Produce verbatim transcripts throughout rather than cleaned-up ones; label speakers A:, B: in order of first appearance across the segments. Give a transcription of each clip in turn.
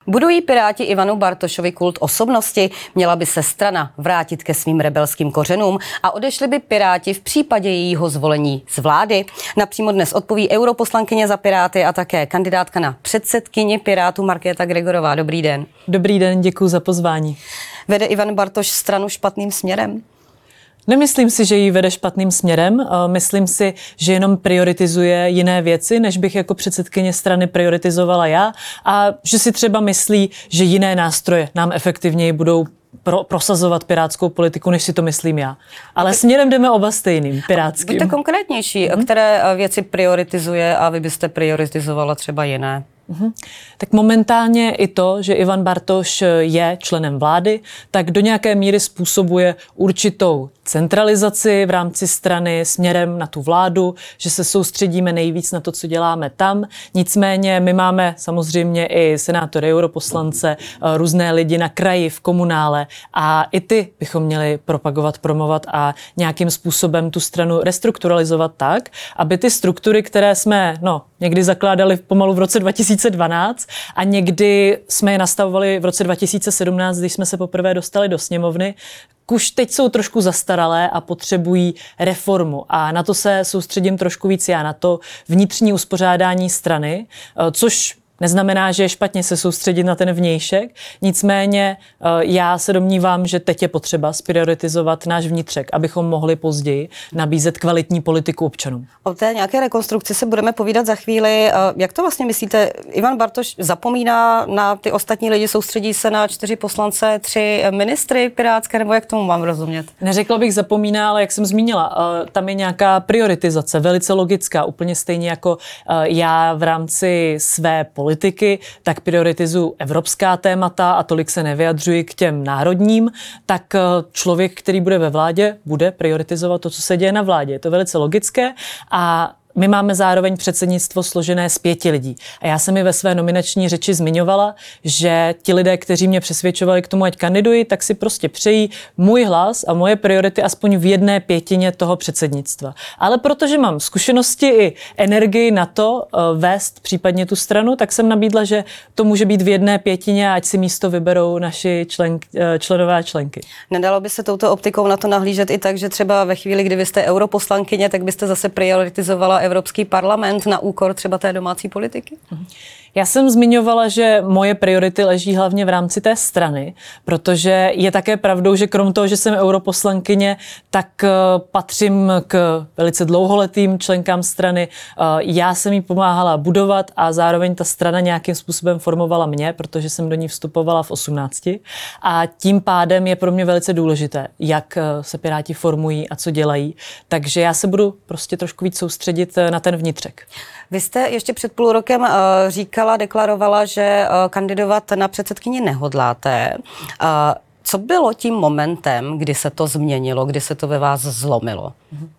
A: Budují Piráti Ivanu Bartošovi kult osobnosti? Měla by se strana vrátit ke svým rebelským kořenům a odešli by Piráti v případě jejího zvolení z vlády? Napřímo dnes odpoví europoslankyně za Piráty a také kandidátka na předsedkyni Pirátů Markéta Gregorová. Dobrý den.
B: Dobrý den, děkuji za pozvání.
A: Vede Ivan Bartoš stranu špatným směrem?
B: Nemyslím si, že ji vede špatným směrem. Myslím si, že jenom prioritizuje jiné věci, než bych jako předsedkyně strany prioritizovala já, a že si třeba myslí, že jiné nástroje nám efektivněji budou pro, prosazovat pirátskou politiku, než si to myslím já. Ale směrem jdeme oba stejným, pirátským.
A: Buďte konkrétnější, hmm. které věci prioritizuje a vy byste prioritizovala třeba jiné?
B: Uhum. Tak momentálně i to, že Ivan Bartoš je členem vlády, tak do nějaké míry způsobuje určitou centralizaci v rámci strany směrem na tu vládu, že se soustředíme nejvíc na to, co děláme tam. Nicméně my máme samozřejmě i senátory, europoslance, různé lidi na kraji, v komunále, a i ty bychom měli propagovat, promovat a nějakým způsobem tu stranu restrukturalizovat tak, aby ty struktury, které jsme no, někdy zakládali pomalu v roce dva tisíce dvanáct a někdy jsme je nastavovali v roce dva tisíce sedmnáct, když jsme se poprvé dostali do sněmovny, už teď jsou trošku zastaralé a potřebují reformu. A na to se soustředím trošku víc já, na to vnitřní uspořádání strany, což neznamená, že je špatně se soustředit na ten vnějšek, nicméně já se domnívám, že teď je potřeba sprioritizovat náš vnitřek, abychom mohli později nabízet kvalitní politiku občanům.
A: O té nějaké rekonstrukci se budeme povídat za chvíli. Jak to vlastně myslíte? Ivan Bartoš zapomíná na ty ostatní lidi, soustředí se na čtyři poslance, tři ministry pirátské, nebo jak tomu mám rozumět?
B: Neřekla bych zapomíná, ale jak jsem zmínila, tam je nějaká prioritizace, velice logická, úplně stejně jako já v rámci své politiky politiky, tak prioritizuju evropská témata a tolik se nevyjadřuji k těm národním, tak člověk, který bude ve vládě, bude prioritizovat to, co se děje na vládě. Je to velice logické a my máme zároveň předsednictvo složené z pěti lidí. A já jsem mi ve své nominační řeči zmiňovala, že ti lidé, kteří mě přesvědčovali k tomu, ať kandiduji, tak si prostě přejí můj hlas a moje priority aspoň v jedné pětině toho předsednictva. Ale protože mám zkušenosti i energii na to uh, vést případně tu stranu, tak jsem nabídla, že to může být v jedné pětině a ať si místo vyberou naši člen, uh, členové a členky.
A: Nedalo by se touto optikou na to nahlížet i tak, že třeba ve chvíli, kdy vy jste europoslankyně, tak byste zase prioritizovala Evropský parlament na úkor třeba té domácí politiky?
B: Já jsem zmiňovala, že moje priority leží hlavně v rámci té strany, protože je také pravdou, že krom toho, že jsem europoslankyně, tak patřím k velice dlouholetým členkám strany. Já jsem jí pomáhala budovat a zároveň ta strana nějakým způsobem formovala mě, protože jsem do ní vstupovala v osmnácti. A tím pádem je pro mě velice důležité, jak se Piráti formují a co dělají. Takže já se budu prostě trošku víc soustředit na ten vnitřek.
A: Vy jste ještě před půl rokem uh, říkala, deklarovala, že uh, kandidovat na předsedkyni nehodláte. Uh, co bylo tím momentem, kdy se to změnilo, kdy se to ve vás zlomilo?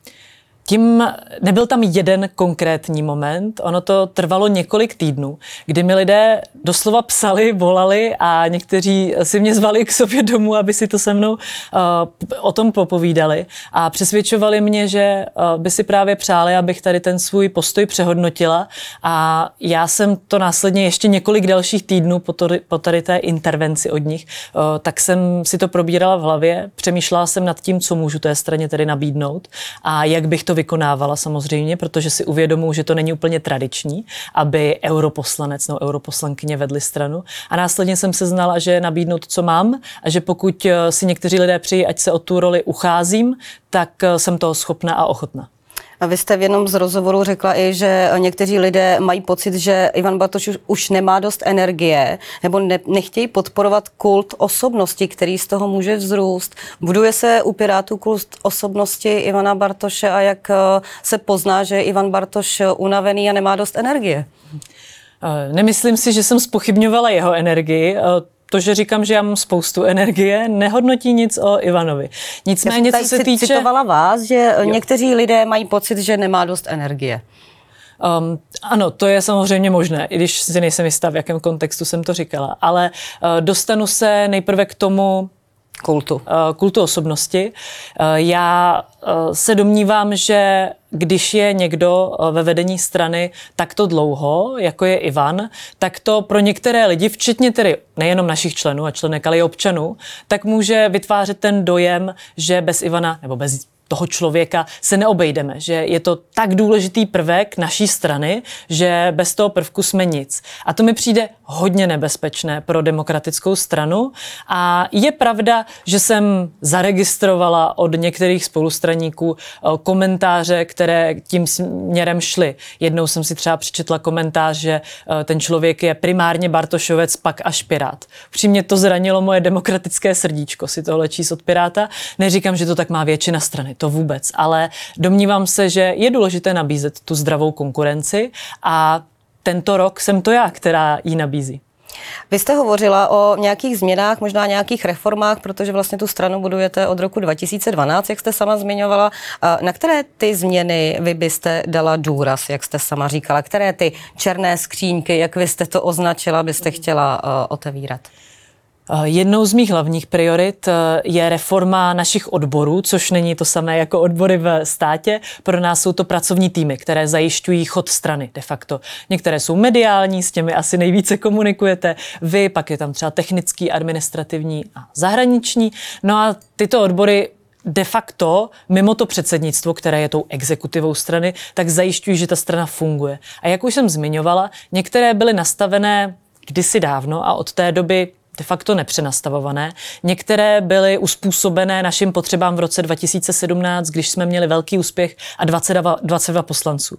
B: Tím nebyl tam jeden konkrétní moment, ono to trvalo několik týdnů, kdy mi lidé doslova psali, volali a někteří si mě zvali k sobě domů, aby si to se mnou uh, o tom popovídali a přesvědčovali mě, že uh, by si právě přáli, abych tady ten svůj postoj přehodnotila, a já jsem to následně ještě několik dalších týdnů po, to, po tady té intervenci od nich, uh, tak jsem si to probírala v hlavě, přemýšlela jsem nad tím, co můžu té straně tedy nabídnout a jak bych to vykonávala samozřejmě, protože si uvědomuji, že to není úplně tradiční, aby europoslanec nebo europoslankyně vedli stranu. A následně jsem se znala, že nabídnout, co mám, a že pokud si někteří lidé přijí, ať se o tu roli ucházím, tak jsem toho schopna a ochotna.
A: A vy jste v jednom z rozhovorů řekla i, že někteří lidé mají pocit, že Ivan Bartoš už nemá dost energie nebo ne, nechtějí podporovat kult osobnosti, který z toho může vzrůst. Buduje se u Pirátů kult osobnosti Ivana Bartoše a jak se pozná, že je Ivan Bartoš unavený a nemá dost energie?
B: Nemyslím si, že jsem zpochybňovala jeho energii. To, že říkám, že já mám spoustu energie, nehodnotí nic o Ivanovi. Nicméně, co se týče...
A: citovala vás, že jo. Někteří lidé mají pocit, že nemá dost energie.
B: Um, ano, to je samozřejmě možné, i když si nejsem jistá, v jakém kontextu jsem to říkala. Ale uh, dostanu se nejprve k tomu,
A: kultu.
B: kultu osobnosti. Já se domnívám, že když je někdo ve vedení strany takto dlouho, jako je Ivan, tak to pro některé lidi, včetně tedy nejenom našich členů a členek, ale i občanů, tak může vytvářet ten dojem, že bez Ivana nebo bez toho člověka se neobejdeme, že je to tak důležitý prvek naší strany, že bez toho prvku jsme nic. A to mi přijde hodně nebezpečné pro demokratickou stranu a je pravda, že jsem zaregistrovala od některých spolustraníků komentáře, které tím směrem šly. Jednou jsem si třeba přečetla komentář, že ten člověk je primárně Bartošovec, pak až Pirát. Přímě to zranilo moje demokratické srdíčko si tohle číst od Piráta. Neříkám, že to tak má většina strany, to vůbec, ale domnívám se, že je důležité nabízet tu zdravou konkurenci a tento rok jsem to já, která ji nabízí.
A: Vy jste hovořila o nějakých změnách, možná nějakých reformách, protože vlastně tu stranu budujete od roku dva tisíce dvanáct, jak jste sama zmiňovala. Na které ty změny vy byste dala důraz, jak jste sama říkala? Které ty černé skříňky, jak vy jste to označila, byste chtěla otevírat?
B: Jednou z mých hlavních priorit je reforma našich odborů, což není to samé jako odbory v státě. Pro nás jsou to pracovní týmy, které zajišťují chod strany de facto. Některé jsou mediální, s těmi asi nejvíce komunikujete vy, pak je tam třeba technický, administrativní a zahraniční. No a tyto odbory de facto, mimo to předsednictvo, které je tou exekutivou strany, tak zajišťují, že ta strana funguje. A jak už jsem zmiňovala, některé byly nastavené kdysi dávno a od té doby de facto nepřenastavované. Některé byly uspůsobené našim potřebám v roce dva tisíce sedmnáct, když jsme měli velký úspěch a dvacet dva, dvacet dva poslanců.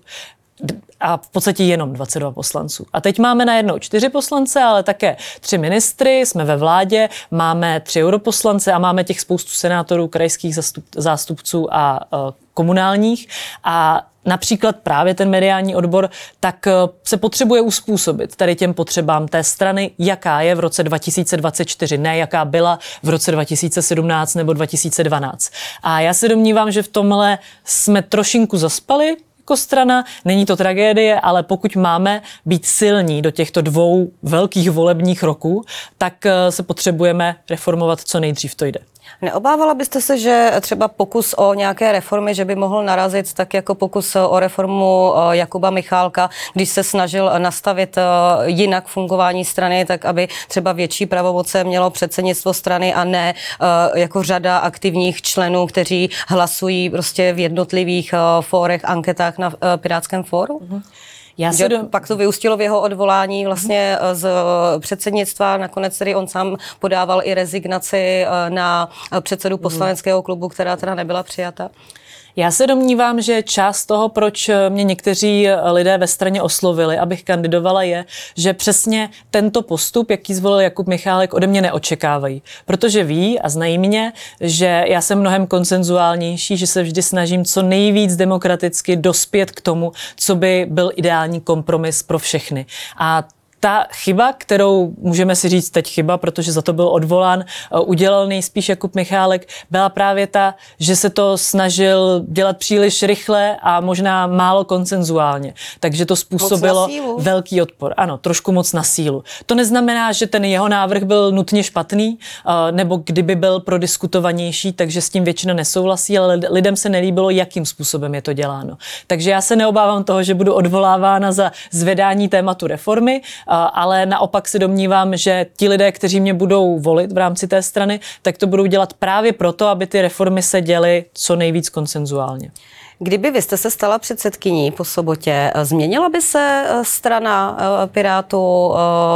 B: A v podstatě jenom dvacet dva poslanců. A teď máme najednou čtyři poslance, ale také tři ministry, jsme ve vládě, máme tři europoslance a máme těch spoustu senátorů, krajských zastup, zástupců a uh, komunálních. A například právě ten mediální odbor, tak se potřebuje uspůsobit tady těm potřebám té strany, jaká je v roce dva tisíce dvacet čtyři, ne jaká byla v roce dva tisíce sedmnáct nebo dva tisíce dvanáct. A já se domnívám, že v tomhle jsme trošinku zaspali jako strana, není to tragédie, ale pokud máme být silní do těchto dvou velkých volebních roků, tak se potřebujeme reformovat, co nejdřív to jde.
A: Neobávala byste se, že třeba pokus o nějaké reformy, že by mohl narazit tak jako pokus o reformu Jakuba Michálka, když se snažil nastavit jinak fungování strany, tak aby třeba větší pravomoce mělo předsednictvo strany a ne jako řada aktivních členů, kteří hlasují prostě v jednotlivých fórech, anketách na Pirátském fóru? Mm-hmm. Já se do... Pak to vyústilo v jeho odvolání vlastně z předsednictva. Nakonec tedy on sám podával i rezignaci na předsedu poslaneckého klubu, která teda nebyla přijata.
B: Já se domnívám, že část toho, proč mě někteří lidé ve straně oslovili, abych kandidovala, je, že přesně tento postup, jaký zvolil Jakub Michálek, ode mě neočekávají. Protože ví a znají mě, že já jsem mnohem konsenzuálnější, že se vždy snažím co nejvíc demokraticky dospět k tomu, co by byl ideální kompromis pro všechny. A ta chyba, kterou můžeme si říct teď chyba, protože za to byl odvolán, udělal nejspíš Jakub Michálek, byla právě ta, že se to snažil dělat příliš rychle a možná málo konsenzuálně. Takže to způsobilo velký odpor. Ano, trošku moc na sílu. To neznamená, že ten jeho návrh byl nutně špatný, nebo kdyby byl prodiskutovanější, takže s tím většina nesouhlasí, ale lidem se nelíbilo, jakým způsobem je to děláno. Takže já se neobávám toho, že budu odvolávána za zvedání tématu reformy, ale naopak se domnívám, že ti lidé, kteří mě budou volit v rámci té strany, tak to budou dělat právě proto, aby ty reformy se děly co nejvíc konsenzuálně.
A: Kdyby vy jste se stala předsedkyní po sobotě, změnila by se strana Pirátů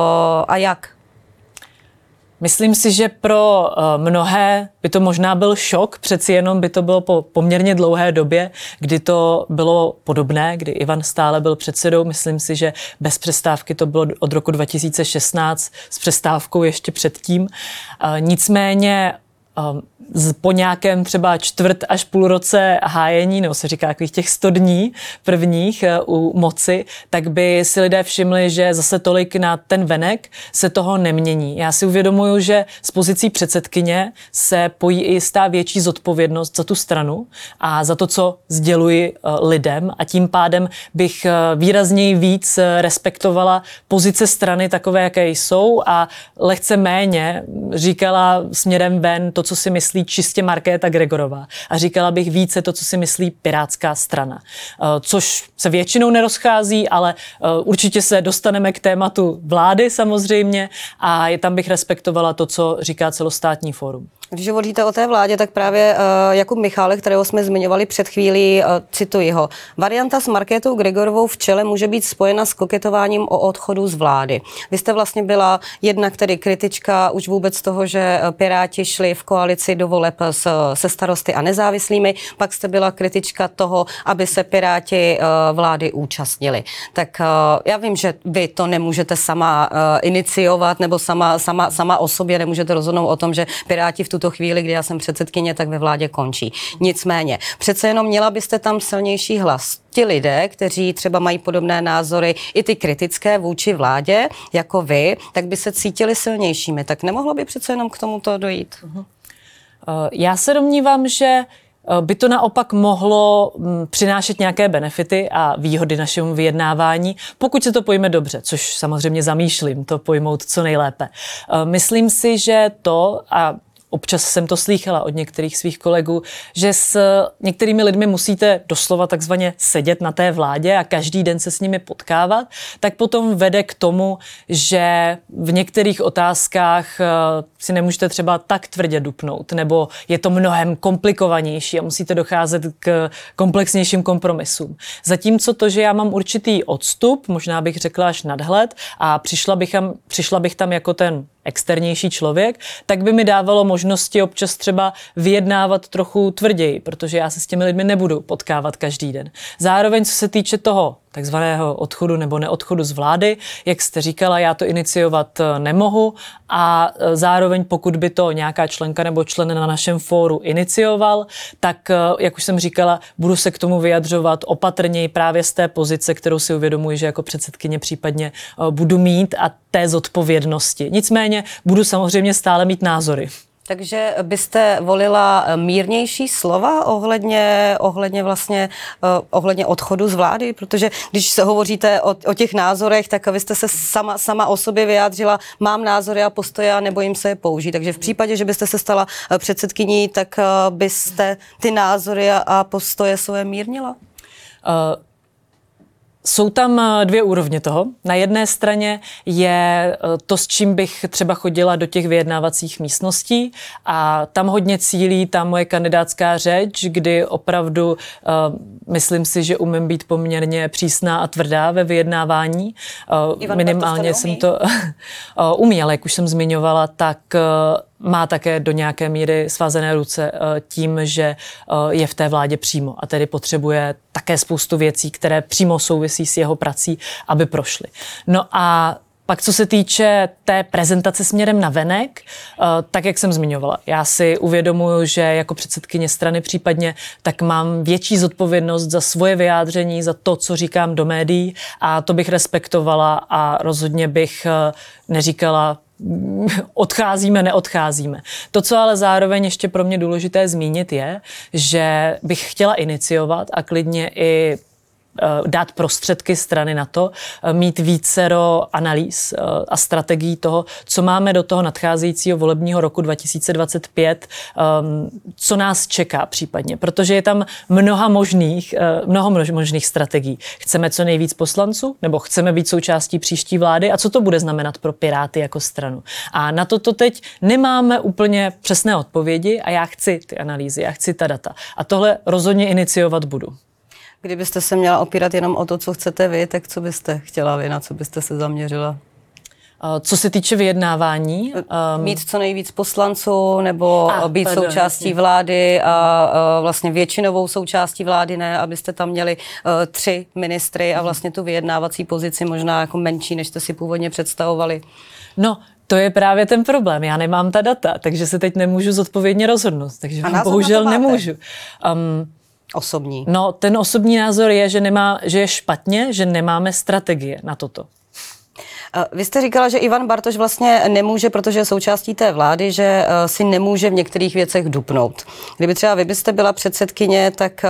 A: a jak?
B: Myslím si, že pro mnohé by to možná byl šok, přeci jenom by to bylo po poměrně dlouhé době, kdy to bylo podobné, kdy Ivan stále byl předsedou. Myslím si, že bez přestávky to bylo od roku dva tisíce šestnáct s přestávkou ještě předtím. Nicméně po nějakém třeba čtvrt až půl roce hájení, nebo se říká takových těch sto dní prvních u moci, tak by si lidé všimli, že zase tolik na ten venek se toho nemění. Já si uvědomuju, že z pozicí předsedkyně se pojí i jistá větší zodpovědnost za tu stranu a za to, co sděluji lidem, a tím pádem bych výrazněji víc respektovala pozice strany takové, jaké jsou, a lehce méně říkala směrem ven to, to, co si myslí čistě Markéta Gregorová. A říkala bych více to, co si myslí Pirátská strana. Což se většinou nerozchází, ale určitě se dostaneme k tématu vlády samozřejmě a je tam bych respektovala to, co říká celostátní fórum.
A: Když hovoříte o té vládě, tak právě uh, Jakub Michálek, kterého jsme zmiňovali před chvílí, uh, cituji ho. Varianta s Markétou Gregorovou v čele může být spojena s koketováním o odchodu z vlády. Vy jste vlastně byla jednak tedy kritička už vůbec toho, že Piráti šli v koalici do voleb s, se Starosty a nezávislými, pak jste byla kritička toho, aby se Piráti uh, vlády účastnili. Tak uh, já vím, že vy to nemůžete sama uh, iniciovat nebo sama, sama, sama o sobě nemůžete rozhodnout o tom, že Piráti v tuto chvíli, kdy já jsem předsedkyně, tak ve vládě končí. Nicméně, přece jenom měla byste tam silnější hlas. Ti lidé, kteří třeba mají podobné názory, i ty kritické vůči vládě, jako vy, tak by se cítili silnějšími. Tak nemohlo by přece jenom k tomuto dojít?
B: Uh-huh. Já se domnívám, že by to naopak mohlo přinášet nějaké benefity a výhody našemu vyjednávání, pokud se to pojme dobře, což samozřejmě zamýšlím to pojmout co nejlépe. Myslím si, že to, a občas jsem to slýchala od některých svých kolegů, že s některými lidmi musíte doslova takzvaně sedět na té vládě a každý den se s nimi potkávat, tak potom vede k tomu, že v některých otázkách si nemůžete třeba tak tvrdě dupnout, nebo je to mnohem komplikovanější a musíte docházet k komplexnějším kompromisům. Zatímco to, že já mám určitý odstup, možná bych řekla až nadhled a přišla bych tam, přišla bych tam jako ten externější člověk, tak by mi dávalo možnosti občas třeba vyjednávat trochu tvrději, protože já se s těmi lidmi nebudu potkávat každý den. Zároveň, co se týče toho takzvaného odchodu nebo neodchodu z vlády, jak jste říkala, já to iniciovat nemohu a zároveň pokud by to nějaká členka nebo člen na našem fóru inicioval, tak, jak už jsem říkala, budu se k tomu vyjadřovat opatrněji právě z té pozice, kterou si uvědomuji, že jako předsedkyně případně budu mít a té zodpovědnosti. Nicméně budu samozřejmě stále mít názory.
A: Takže byste volila mírnější slova ohledně, ohledně vlastně uh, ohledně odchodu z vlády, protože když se hovoříte o, o těch názorech, tak vy jste se sama, sama o sobě vyjádřila, mám názory a postoje a nebojím se je použít. Takže v případě, že byste se stala předsedkyní, tak uh, byste ty názory a, a postoje své mírnila?
B: Uh... Jsou tam dvě úrovně toho. Na jedné straně je to, s čím bych třeba chodila do těch vyjednávacích místností a tam hodně cílí ta moje kandidátská řeč, kdy opravdu uh, myslím si, že umím být poměrně přísná a tvrdá ve vyjednávání. Uh,
A: Ivan
B: minimálně jsem to uh, umí, ale jak už jsem zmiňovala, tak uh, má také do nějaké míry svázané ruce tím, že je v té vládě přímo a tedy potřebuje také spoustu věcí, které přímo souvisí s jeho prací, aby prošly. No a pak co se týče té prezentace směrem na venek, tak jak jsem zmiňovala, já si uvědomuji, že jako předsedkyně strany případně tak mám větší zodpovědnost za svoje vyjádření, za to, co říkám do médií a to bych respektovala a rozhodně bych neříkala odcházíme, neodcházíme. To, co ale zároveň ještě pro mě důležité zmínit je, že bych chtěla iniciovat a klidně i dát prostředky strany na to, mít vícero analýz a strategií toho, co máme do toho nadcházejícího volebního roku dva tisíce dvacet pět, co nás čeká případně, protože je tam mnoha možných, mnoho možných strategií. Chceme co nejvíc poslanců, nebo chceme být součástí příští vlády a co to bude znamenat pro Piráty jako stranu. A na toto teď nemáme úplně přesné odpovědi a já chci ty analýzy, já chci ta data. A tohle rozhodně iniciovat budu.
A: Kdybyste se měla opírat jenom o to, co chcete vy, tak co byste chtěla vy, na co byste se zaměřila?
B: Co se týče vyjednávání?
A: Um, Mít co nejvíc poslanců, nebo
B: a,
A: být
B: pardon,
A: součástí
B: jasně.
A: vlády a, a vlastně většinovou součástí vlády, ne, abyste tam měli uh, tři ministry a vlastně tu vyjednávací pozici možná jako menší, než jste si původně představovali.
B: No, to je právě ten problém. Já nemám ta data, takže se teď nemůžu zodpovědně rozhodnout. Takže vám bohužel nemůžu. Um,
A: Osobní.
B: No, ten osobní názor je, že, nemá, že je špatně, že nemáme strategie na toto.
A: Vy jste říkala, že Ivan Bartoš vlastně nemůže, protože je součástí té vlády, že si nemůže v některých věcech dupnout. Kdyby třeba vy byste byla předsedkyně, tak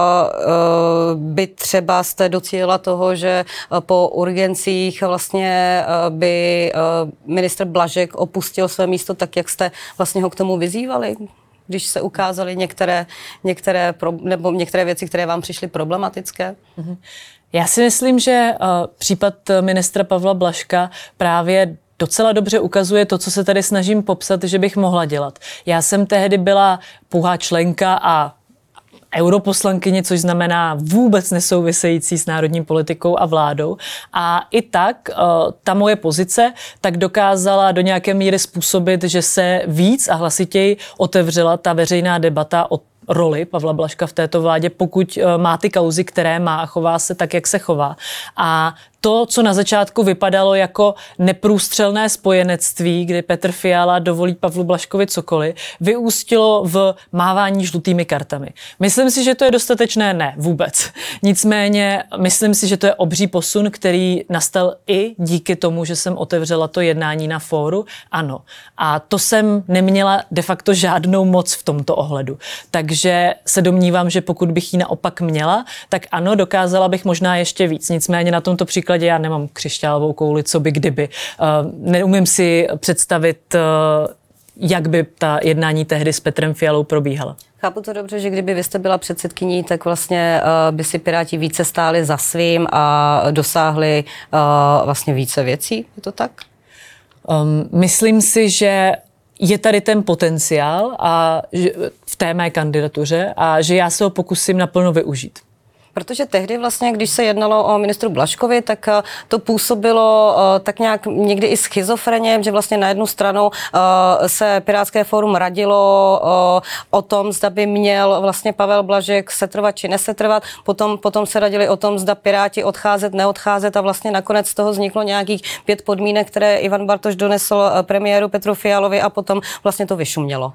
A: by třeba jste docílila toho, že po urgencích vlastně by ministr Blažek opustil své místo tak, jak jste vlastně ho k tomu vyzývali, když se ukázaly některé, některé, nebo některé věci, které vám přišly problematické? Mm-hmm.
B: Já si myslím, že uh, případ ministra Pavla Blažka právě docela dobře ukazuje to, co se tady snažím popsat, že bych mohla dělat. Já jsem tehdy byla pouhá členka a europoslankyně, což znamená vůbec nesouvisející s národní politikou a vládou. A i tak ta moje pozice tak dokázala do nějaké míry způsobit, že se víc a hlasitěji otevřela ta veřejná debata o roli Pavla Blažka v této vládě, pokud má ty kauzy, které má a chová se tak, jak se chová. A to, co na začátku vypadalo jako neprůstřelné spojenectví, kdy Petr Fiala dovolí Pavlu Blažkovi cokoliv, vyústilo v mávání žlutými kartami. Myslím si, že to je dostatečné? Ne, vůbec. Nicméně myslím si, že to je obří posun, který nastal i díky tomu, že jsem otevřela to jednání na fóru. Ano. A to jsem neměla de facto žádnou moc v tomto ohledu. Takže se domnívám, že pokud bych ji naopak měla, tak ano, dokázala bych možná ještě víc. Nicméně na tomto příkladu já nemám křišťálovou kouli, co by kdyby. Uh, neumím si představit, uh, jak by ta jednání tehdy s Petrem Fialou probíhala.
A: Chápu to dobře, že kdyby vy jste byla předsedkyní, tak vlastně uh, by si Piráti více stáli za svým a dosáhli uh, vlastně více věcí. Je to tak?
B: Um, myslím si, že je tady ten potenciál a že, v té mé kandidatuře a že já se ho pokusím naplno využít.
A: Protože tehdy vlastně, když se jednalo o ministru Blažkovi, tak to působilo tak nějak někdy i schizofreně, že vlastně na jednu stranu se Pirátské fórum radilo o tom, zda by měl vlastně Pavel Blažek setrvat či nesetrvat. Potom, potom se radili o tom, zda Piráti odcházet, neodcházet a vlastně nakonec z toho vzniklo nějakých pět podmínek, které Ivan Bartoš donesl premiéru Petru Fialovi a potom vlastně to vyšumělo.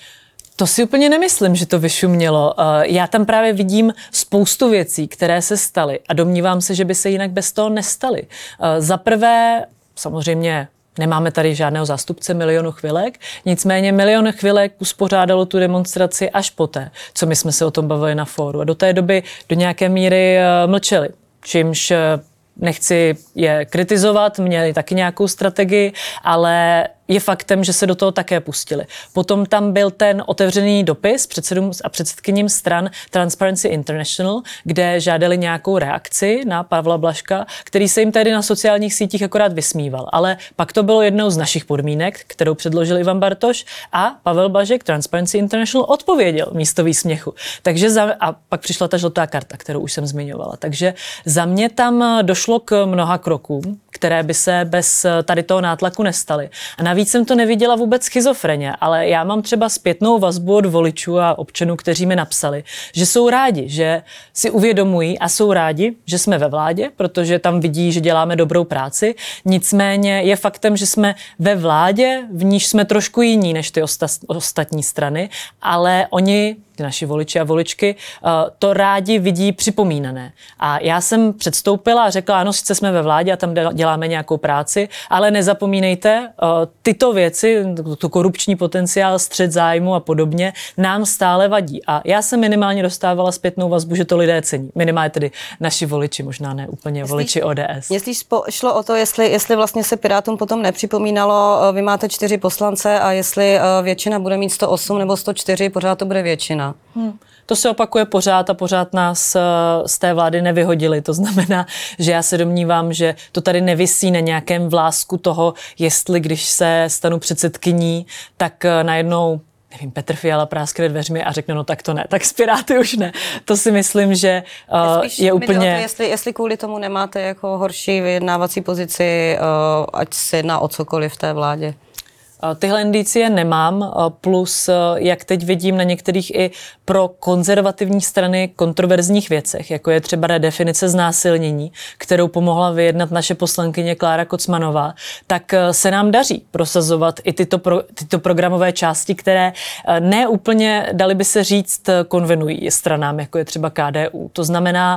B: To si úplně nemyslím, že to vyšumělo. Já tam právě vidím spoustu věcí, které se staly a domnívám se, že by se jinak bez toho nestaly. Za prvé, samozřejmě nemáme tady žádného zástupce Milionu chvilek, nicméně Milion chvilek uspořádalo tu demonstraci až poté, co my jsme se o tom bavili na fóru. A do té doby do nějaké míry mlčeli, čímž nechci je kritizovat, měli taky nějakou strategii, ale je faktem, že se do toho také pustili. Potom tam byl ten otevřený dopis předsedům a předsedkyním stran Transparency International, kde žádali nějakou reakci na Pavla Blažka, který se jim tedy na sociálních sítích akorát vysmíval. Ale pak to bylo jednou z našich podmínek, kterou předložil Ivan Bartoš a Pavel Blažek, Transparency International, odpověděl místo výsměchu. Takže za, a pak přišla ta žlutá karta, kterou už jsem zmiňovala. Takže za mě tam došlo k mnoha krokům, které by se bez tady toho nátlaku nestaly. A navíc jsem to neviděla vůbec schizofreně, ale já mám třeba zpětnou vazbu od voličů a občanů, kteří mi napsali, že jsou rádi, že si uvědomují a jsou rádi, že jsme ve vládě, protože tam vidí, že děláme dobrou práci. Nicméně je faktem, že jsme ve vládě, v níž jsme trošku jiní než ty osta- ostatní strany, ale oni, ty naši voliči a voličky, to rádi vidí připomínané. A já jsem předstoupila a řekla, ano, sice jsme ve vládě a tam děláme nějakou práci, ale nezapomínejte, tyto věci, to korupční potenciál, střet zájmu a podobně, nám stále vadí. A já jsem minimálně dostávala zpětnou vazbu, že to lidé cení. Minimálně tedy naši voliči, možná ne úplně jestli, voliči O D S.
A: Jestli šlo o to, jestli, jestli vlastně se Pirátům potom nepřipomínalo, vy máte čtyři poslance a jestli většina bude mít sto osm nebo sto čtyři, pořád to bude většina.
B: Hmm. To se opakuje pořád a pořád nás z té vlády nevyhodili. To znamená, že já se domnívám, že to tady nevisí na nějakém vlásku toho, jestli když se stanu předsedkyní, tak najednou nevím, Petr Fiala práskne dveřmi a řekne, no tak to ne, tak s Piráty už ne. To si myslím, že uh, je úplně...
A: To, jestli, jestli kvůli tomu nemáte jako horší vyjednávací pozici, uh, ať se jedná o cokoliv v té vládě.
B: Tyhle indicie nemám, plus jak teď vidím na některých i pro konzervativní strany kontroverzních věcech, jako je třeba redefinice znásilnění, kterou pomohla vyjednat naše poslankyně Klára Kocmanová, tak se nám daří prosazovat i tyto, pro, tyto programové části, které ne úplně, dali by se říct, konvenují stranám, jako je třeba K D U. To znamená,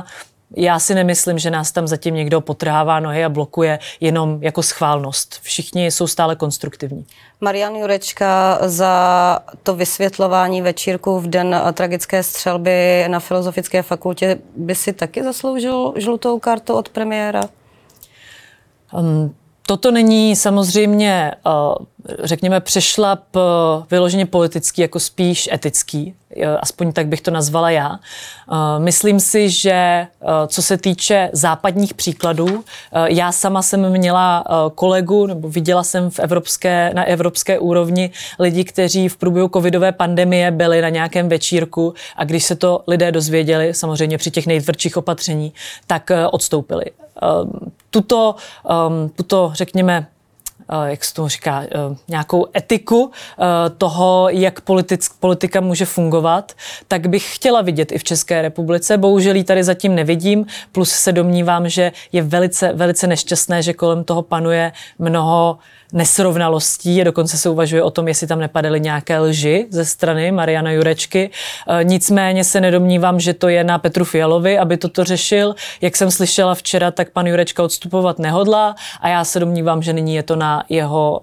B: já si nemyslím, že nás tam zatím někdo potrhává nohy a blokuje jenom jako schválnost. Všichni jsou stále konstruktivní.
A: Marian Jurečka za to vysvětlování večírku v den tragické střelby na Filozofické fakultě by si taky zasloužil žlutou kartu od premiéra?
B: Um, Toto není samozřejmě, řekněme, přešlap vyloženě politický, jako spíš etický. Aspoň tak bych to nazvala já. Myslím si, že co se týče západních příkladů, já sama jsem měla kolegu, nebo viděla jsem v evropské, na evropské úrovni lidi, kteří v průběhu covidové pandemie byli na nějakém večírku a když se to lidé dozvěděli, samozřejmě při těch nejtvrdších opatření, tak odstoupili. Tuto, tuto řekněme, jak se to říká, nějakou etiku toho, jak politic, politika může fungovat, tak bych chtěla vidět i v České republice. Bohužel ji tady zatím nevidím, plus se domnívám, že je velice, velice nešťastné, že kolem toho panuje mnoho nesrovnalostí a dokonce se uvažuje o tom, jestli tam nepadaly nějaké lži ze strany Mariana Jurečky. Nicméně se nedomnívám, že to je na Petru Fialovi, aby toto řešil. Jak jsem slyšela včera, tak pan Jurečka odstupovat nehodlá a já se domnívám, že nyní je to na jeho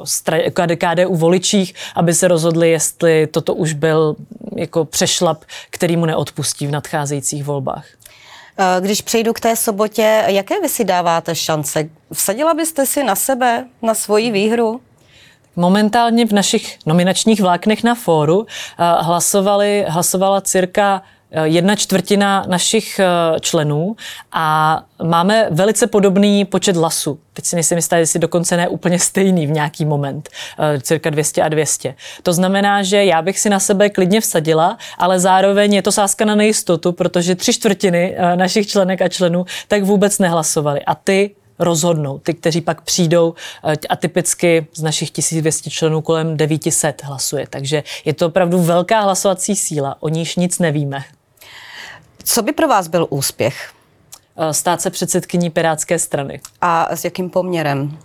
B: K D U voličích, aby se rozhodli, jestli toto už byl jako přešlap, který mu neodpustí v nadcházejících volbách.
A: Když přejdu k té sobotě, jaké vy si dáváte šance? Vsadila byste si na sebe, na svoji výhru?
B: Momentálně v našich nominačních vláknech na fóru hlasovali, hlasovala cirka jedna čtvrtina našich členů a máme velice podobný počet hlasů. Teď si nejsem jistá, jestli dokonce ne úplně stejný v nějaký moment, cirka dvě stě a dvě stě. To znamená, že já bych si na sebe klidně vsadila, ale zároveň je to sázka na nejistotu, protože tři čtvrtiny našich členek a členů tak vůbec nehlasovali. A ty rozhodnou, ty, kteří pak přijdou a typicky z našich tisíc dvě stě členů kolem devět set hlasuje. Takže je to opravdu velká hlasovací síla, o níž nic nevíme.
A: Co by pro vás byl úspěch?
B: Stát se předsedkyní Pirátské strany.
A: A s jakým poměrem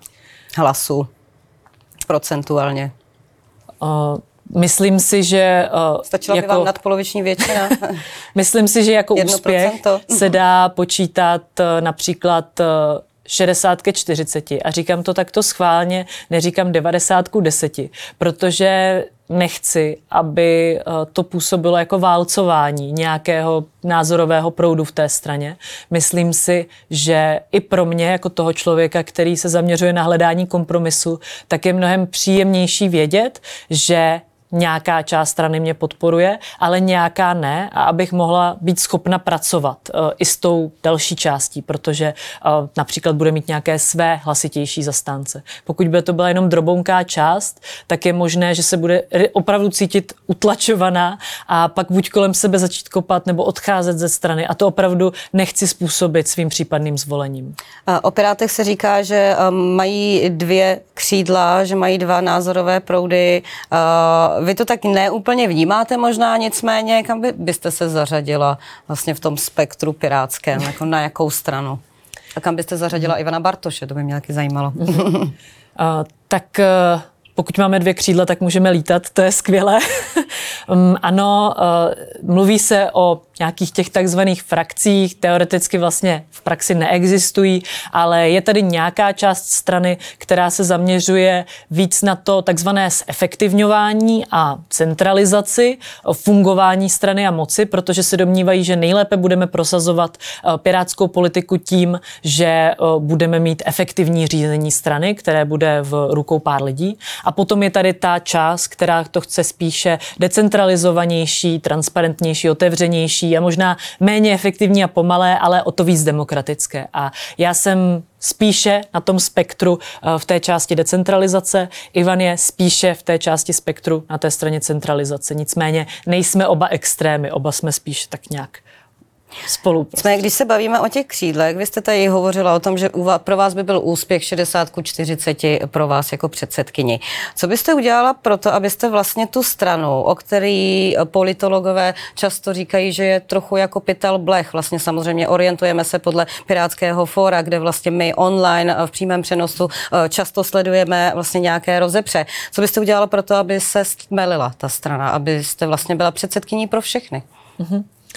A: hlasů procentuálně?
B: Uh, myslím si, že... Uh,
A: Stačila jako, by vám nadpoloviční většina?
B: Myslím si, že jako úspěch se dá počítat uh, například uh, šedesát ke čtyřiceti. A říkám to takto schválně, neříkám devadesát ku deseti, protože nechci, aby to působilo jako válcování nějakého názorového proudu v té straně. Myslím si, že i pro mě, jako toho člověka, který se zaměřuje na hledání kompromisu, tak je mnohem příjemnější vědět, že nějaká část strany mě podporuje, ale nějaká ne, a abych mohla být schopna pracovat uh, i s tou další částí, protože uh, například bude mít nějaké své hlasitější zastánce. Pokud by to byla jenom drobounká část, tak je možné, že se bude opravdu cítit utlačovaná a pak buď kolem sebe začít kopat nebo odcházet ze strany, a to opravdu nechci způsobit svým případným zvolením.
A: O Pirátech se říká, že um, mají dvě křídla, že mají dva názorové proudy. Uh, Vy to tak neúplně vnímáte možná, nicméně, kam by, byste se zařadila vlastně v tom spektru pirátském, jako na jakou stranu? A kam byste zařadila Ivana Bartoše, to by mě taky zajímalo.
B: uh, tak uh, pokud máme dvě křídla, tak můžeme lítat, to je skvělé. um, ano, uh, mluví se o nějakých těch takzvaných frakcích, teoreticky vlastně v praxi neexistují, ale je tady nějaká část strany, která se zaměřuje víc na to takzvané zefektivňování a centralizaci fungování strany a moci, protože se domnívají, že nejlépe budeme prosazovat pirátskou politiku tím, že budeme mít efektivní řízení strany, které bude v rukou pár lidí. A potom je tady ta část, která to chce spíše decentralizovanější, transparentnější, otevřenější a možná méně efektivní a pomalé, ale o to víc demokratické. A já jsem spíše na tom spektru v té části decentralizace, Ivan je spíše v té části spektru na té straně centralizace. Nicméně nejsme oba extrémy, oba jsme spíš tak nějak spolu.
A: Jsme, když se bavíme o těch křídlech, vy jste tady hovořila o tom, že pro vás by byl úspěch šedesát ku čtyřiceti pro vás jako předsedkyni. Co byste udělala pro to, abyste vlastně tu stranu, o který politologové často říkají, že je trochu jako pytel blech, vlastně samozřejmě orientujeme se podle Pirátského fóra, kde vlastně my online v přímém přenosu často sledujeme vlastně nějaké rozepře. Co byste udělala pro to, aby se stmelila ta strana, abyste vlastně byla předsedkyní pro všechny?
B: Mm-hmm.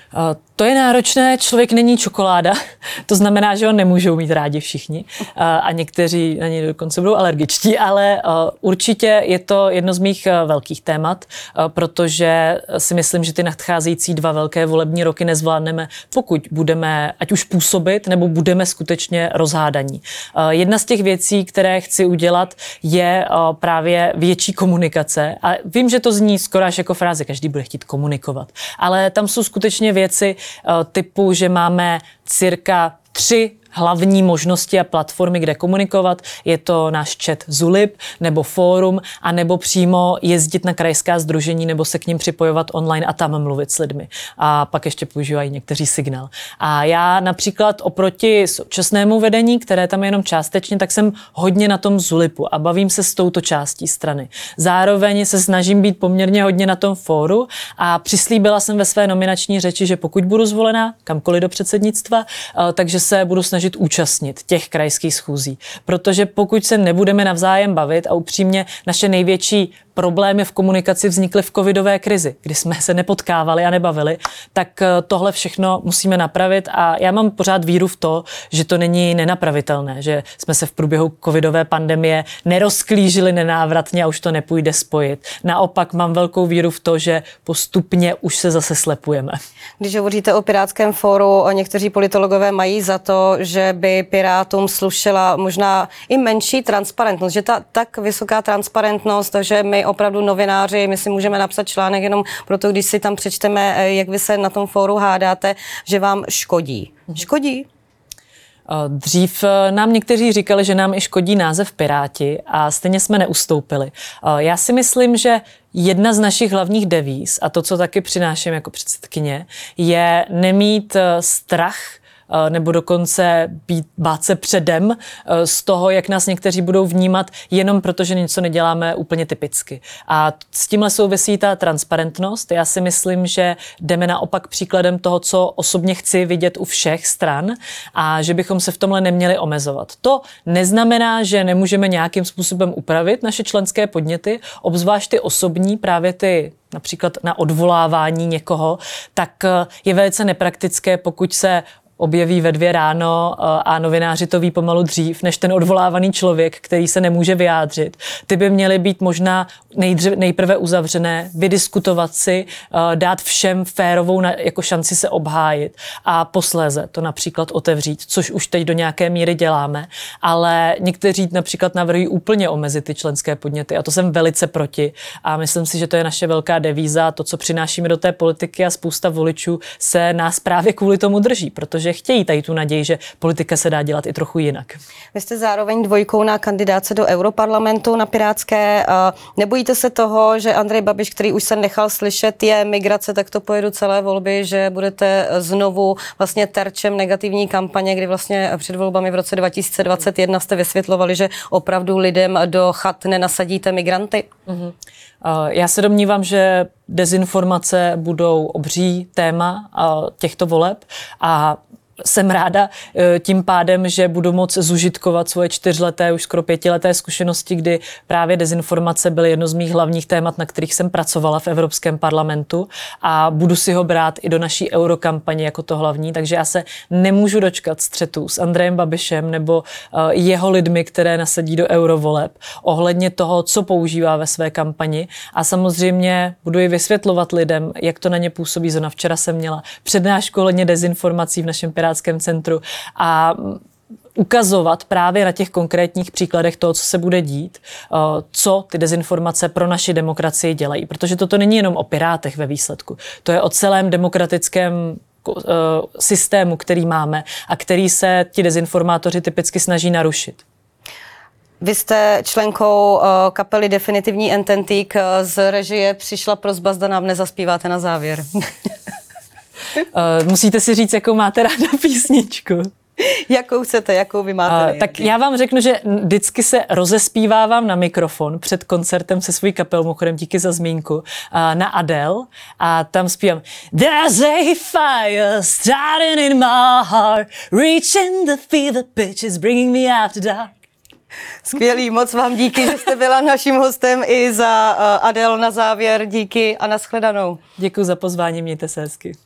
B: To je náročné, člověk není čokoláda, to znamená, že ho nemůžou mít rádi všichni a někteří na něj dokonce budou alergičtí, ale určitě je to jedno z mých velkých témat, protože si myslím, že ty nadcházející dva velké volební roky nezvládneme, pokud budeme ať už působit, nebo budeme skutečně rozhádaní. Jedna z těch věcí, které chci udělat, je právě větší komunikace a vím, že to zní skoro až jako fráze, každý bude chtít komunikovat, ale tam jsou skutečně věci typu, že máme cirka tři hlavní možnosti a platformy, kde komunikovat. Je to náš chat Zulip nebo fórum, a nebo přímo jezdit na krajská sdružení nebo se k ním připojovat online a tam mluvit s lidmi. A pak ještě používají někteří signál. A já například oproti současnému vedení, které tam je jenom částečně, tak jsem hodně na tom Zulipu a bavím se s touto částí strany. Zároveň se snažím být poměrně hodně na tom fóru a přislíbila jsem ve své nominační řeči, že pokud budu zvolená kamkoliv do předsednictva, takže se budu snažit účastnit těch krajských schůzí. Protože pokud se nebudeme navzájem bavit a upřímně naše největší problémy v komunikaci vznikly v covidové krizi, kdy jsme se nepotkávali a nebavili, tak tohle všechno musíme napravit a já mám pořád víru v to, že to není nenapravitelné, že jsme se v průběhu covidové pandemie nerozklížili nenávratně a už to nepůjde spojit. Naopak mám velkou víru v to, že postupně už se zase slepujeme.
A: Když hovoříte o Pirátském fóru, někteří politologové mají za to, že by Pirátům slušela možná i menší transparentnost, že ta tak vysoká transparentnost, že my opravdu novináři, my si můžeme napsat článek jenom proto, když si tam přečteme, jak vy se na tom fóru hádáte, že vám škodí. Škodí?
B: Dřív nám někteří říkali, že nám i škodí název Piráti a stejně jsme neustoupili. Já si myslím, že jedna z našich hlavních devíz a to, co taky přináším jako předsedkyně, je nemít strach nebo dokonce být, bát se předem z toho, jak nás někteří budou vnímat, jenom protože něco neděláme úplně typicky. A s tímhle souvisí ta transparentnost. Já si myslím, že jdeme naopak příkladem toho, co osobně chci vidět u všech stran a že bychom se v tomhle neměli omezovat. To neznamená, že nemůžeme nějakým způsobem upravit naše členské podněty, obzvlášť ty osobní, právě ty například na odvolávání někoho, tak je velice nepraktické, pokud se objeví ve dvě ráno a novináři to ví pomalu dřív, než ten odvolávaný člověk, který se nemůže vyjádřit. Ty by měly být možná nejdřív, nejprve uzavřené, vydiskutovat si, dát všem férovou jako šanci se obhájit a posléze to například otevřít, což už teď do nějaké míry děláme, ale někteří například navrhují úplně omezit ty členské podněty a to jsem velice proti a myslím si, že to je naše velká devíza, to, co přinášíme do té politiky a spousta voličů se nás právě kvůli tomu drží, protože chtějí tady tu naději, že politika se dá dělat i trochu jinak.
A: Vy jste zároveň dvojkou na kandidáce do Europarlamentu na pirátské. Nebojíte se toho, že Andrej Babiš, který už se nechal slyšet, je migrace, tak to pojedu celé volby, že budete znovu vlastně terčem negativní kampaně, kdy vlastně před volbami v roce dva tisíce dvacet jedna jste vysvětlovali, že opravdu lidem do chat nenasadíte migranty? Mm-hmm.
B: Já se domnívám, že dezinformace budou obří téma těchto voleb a jsem ráda tím pádem, že budu moct zužitkovat svoje čtyřleté, už skoro pětileté zkušenosti, kdy právě dezinformace byly jedno z mých hlavních témat, na kterých jsem pracovala v Evropském parlamentu a budu si ho brát i do naší eurokampaně jako to hlavní, takže já se nemůžu dočkat střetu s Andrejem Babišem nebo jeho lidmi, které nasadí do eurovoleb ohledně toho, co používá ve své kampani a samozřejmě budu i vysvětlovat lidem, jak to na ně působí. Zona včera jsem měla přednášku ohledně dezinformací v našem Pirátském centru a ukazovat právě na těch konkrétních příkladech toho, co se bude dít, co ty dezinformace pro naši demokracii dělají. Protože toto není jenom o Pirátech ve výsledku. To je o celém demokratickém systému, který máme a který se ti dezinformátoři typicky snaží narušit.
A: Vy jste členkou uh, kapely Definitivní Ententík. Z režie přišla prosba, zda nám nezaspíváte na závěr.
B: uh, musíte si říct, jakou máte ráda písničku.
A: Jakou chcete, jakou vy máte?
B: Uh, tak já vám řeknu, že vždycky se rozespívávám na mikrofon před koncertem se svojí kapelou, mimochodem díky za zmínku, uh, na Adele a tam zpívám There's a fire starting in my heart, reaching the fever pitch is bringing me after dark.
A: Skvělý, moc vám díky, že jste byla naším hostem i za uh, Adele na závěr. Díky a nashledanou.
B: Děkuji za pozvání, mějte se hezky.